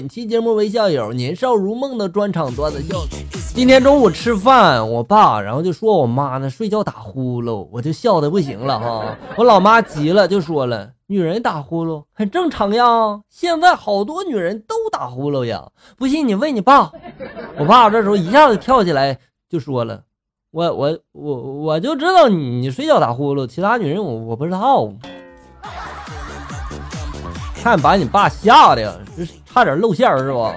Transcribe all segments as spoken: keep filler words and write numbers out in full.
本期节目为校友年少如梦的专场段子笑。今天中午吃饭，我爸然后就说我妈呢睡觉打呼噜，我就笑得不行了哈。我老妈急了就说了，女人打呼噜很正常呀，现在好多女人都打呼噜呀，不信你问你爸。我爸这时候一下子跳起来就说了，我我我我就知道你睡觉打呼噜，其他女人我我不知道。看把你爸吓的呀，这差点露馅是吧？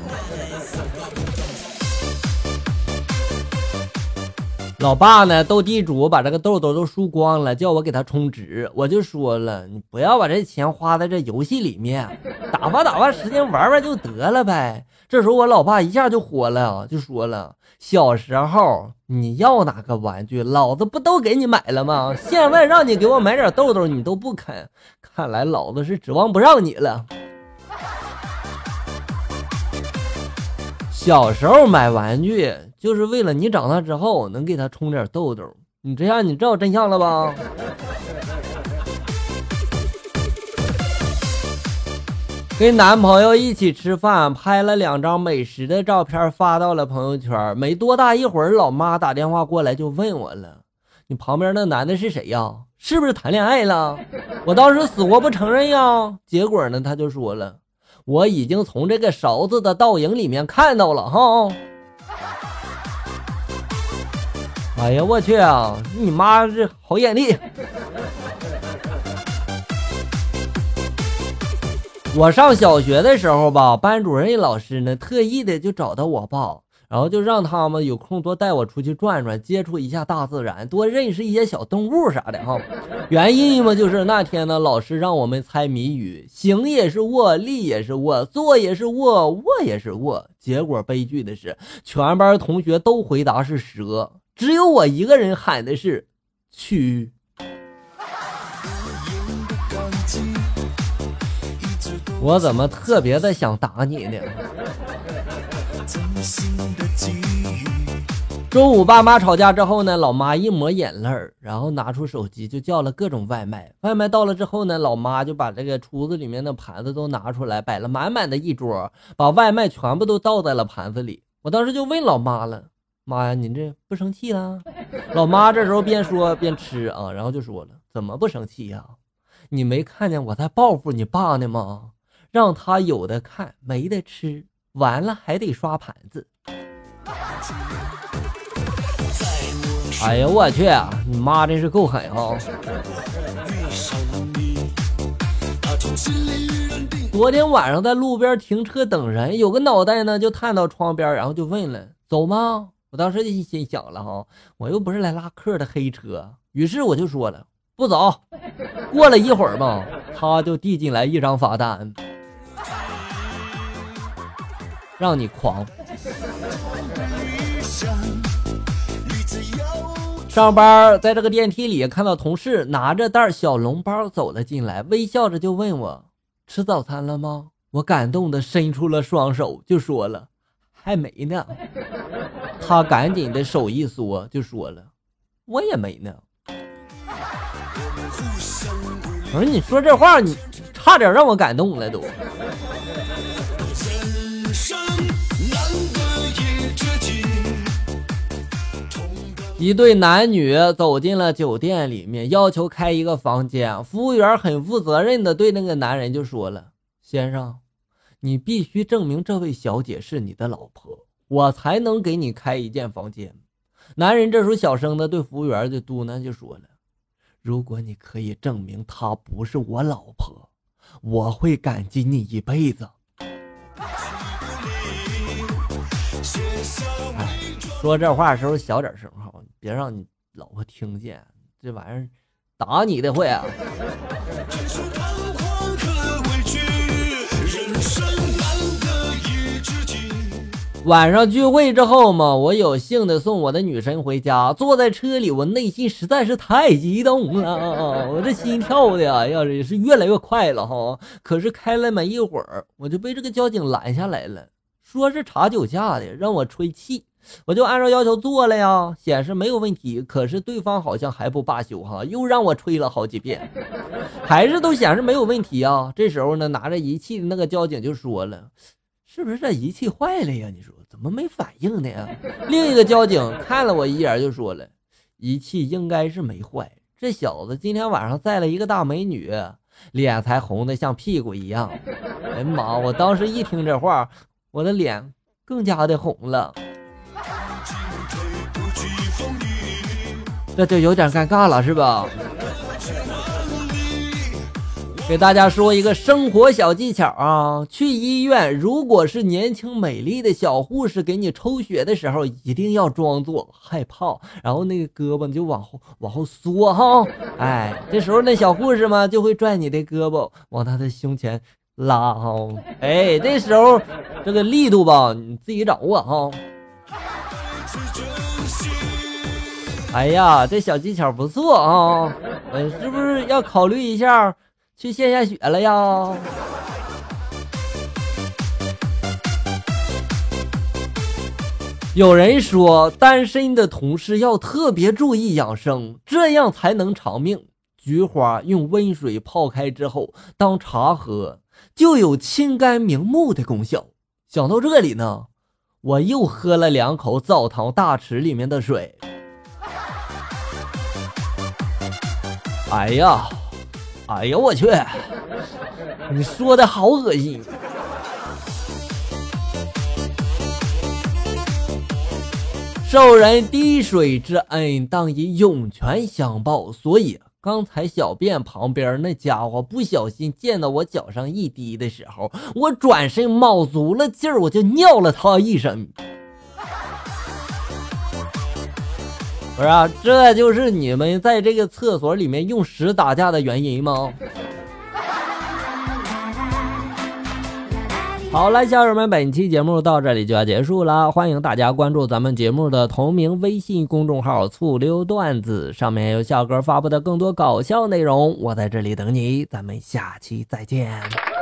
老爸呢斗地主把这个痘痘都输光了，叫我给他充值，我就说了，你不要把这钱花在这游戏里面，打发打发时间玩玩就得了呗。这时候我老爸一下就火了，就说了，小时候你要哪个玩具老子不都给你买了吗？现在让你给我买点痘痘你都不肯，看来老子是指望不上你了。小时候买玩具就是为了你长大之后能给他充点痘痘，你这样你知道真相了吧？跟男朋友一起吃饭，拍了两张美食的照片发到了朋友圈。没多大一会儿，老妈打电话过来就问我了，你旁边那男的是谁呀？是不是谈恋爱了？我当时死活不承认呀。结果呢，他就说了，我已经从这个勺子的倒影里面看到了哈。哎呀我去啊，你妈这好眼力。我上小学的时候吧，班主任老师呢特意的就找到我爸，然后就让他们有空多带我出去转转，接触一下大自然，多认识一些小动物啥的哈。原因嘛，就是那天呢，老师让我们猜谜语，行也是卧，立也是卧，坐也是卧，卧也是卧。结果悲剧的是，全班同学都回答是蛇，只有我一个人喊的是蛆。我怎么特别的想打你呢？中午爸妈吵架之后呢，老妈一抹眼泪，然后拿出手机就叫了各种外卖。外卖到了之后呢，老妈就把这个厨子里面的盘子都拿出来，摆了满满的一桌，把外卖全部都倒在了盘子里。我当时就问老妈了，妈呀，你这不生气了？老妈这时候边说边吃啊，然后就说了，怎么不生气呀？你没看见我在报复你爸呢吗？让他有的看没的吃，完了还得刷盘子。哎呀我去啊，你妈真是够狠啊！昨天晚上在路边停车等人，有个脑袋呢就探到窗边，然后就问了，走吗？我当时就心想了哈，我又不是来拉客的黑车，于是我就说了不走。过了一会儿吧，他就递进来一张罚单，让你狂。上班在这个电梯里看到同事拿着袋小笼包走了进来，微笑着就问我吃早餐了吗？我感动的伸出了双手就说了还没呢。他赶紧的手一缩就说了我也没呢。我说你说这话你差点让我感动了都。一对男女走进了酒店里面，要求开一个房间。服务员很负责任的对那个男人就说了，先生，你必须证明这位小姐是你的老婆，我才能给你开一间房间。男人这时候小声的对服务员就嘟囔就说了，如果你可以证明她不是我老婆，我会感激你一辈子。哎，说这话的时候小点声哈，别让你老婆听见，这玩意儿打你的会啊。晚上聚会之后嘛，我有幸的送我的女神回家，坐在车里，我内心实在是太激动了，我这心跳的呀，要是是越来越快了哈。可是开了没一会儿，我就被这个交警拦下来了，说是查酒驾的，让我吹气。我就按照要求做了呀，显示没有问题，可是对方好像还不罢休哈，又让我吹了好几遍，还是都显示没有问题啊。这时候呢，拿着仪器的那个交警就说了， 是不是这仪器坏了呀？你说怎么没反应呢？另一个交警看了我一眼就说了，仪器应该是没坏，这小子今天晚上载了一个大美女，脸才红的像屁股一样。哎呀妈，我当时一听这话，我的脸更加的红了，这就有点尴尬了是吧？给大家说一个生活小技巧啊，去医院如果是年轻美丽的小护士给你抽血的时候，一定要装作害怕，然后那个胳膊你就往后往后缩哈，哎，这时候那小护士嘛就会拽你的胳膊往他的胸前拉哈，哎，这时候这个力度吧你自己掌握哈。哎呀，这小技巧不错啊，呃，是不是要考虑一下去献下血了呀？有人说单身的同事要特别注意养生，这样才能长命。菊花用温水泡开之后当茶喝，就有清肝明目的功效。想到这里呢，我又喝了两口澡堂大池里面的水。哎呀哎呀我去，你说的好恶心。受人滴水之恩，当以涌泉相报，所以刚才小便旁边那家伙不小心溅到我脚上一滴的时候，我转身卯足了劲儿，我就尿了他一身。不是啊，这就是你们在这个厕所里面用屎打架的原因吗？好了，小友们，本期节目到这里就要结束了，欢迎大家关注咱们节目的同名微信公众号醋溜段子，上面有笑哥发布的更多搞笑内容，我在这里等你，咱们下期再见。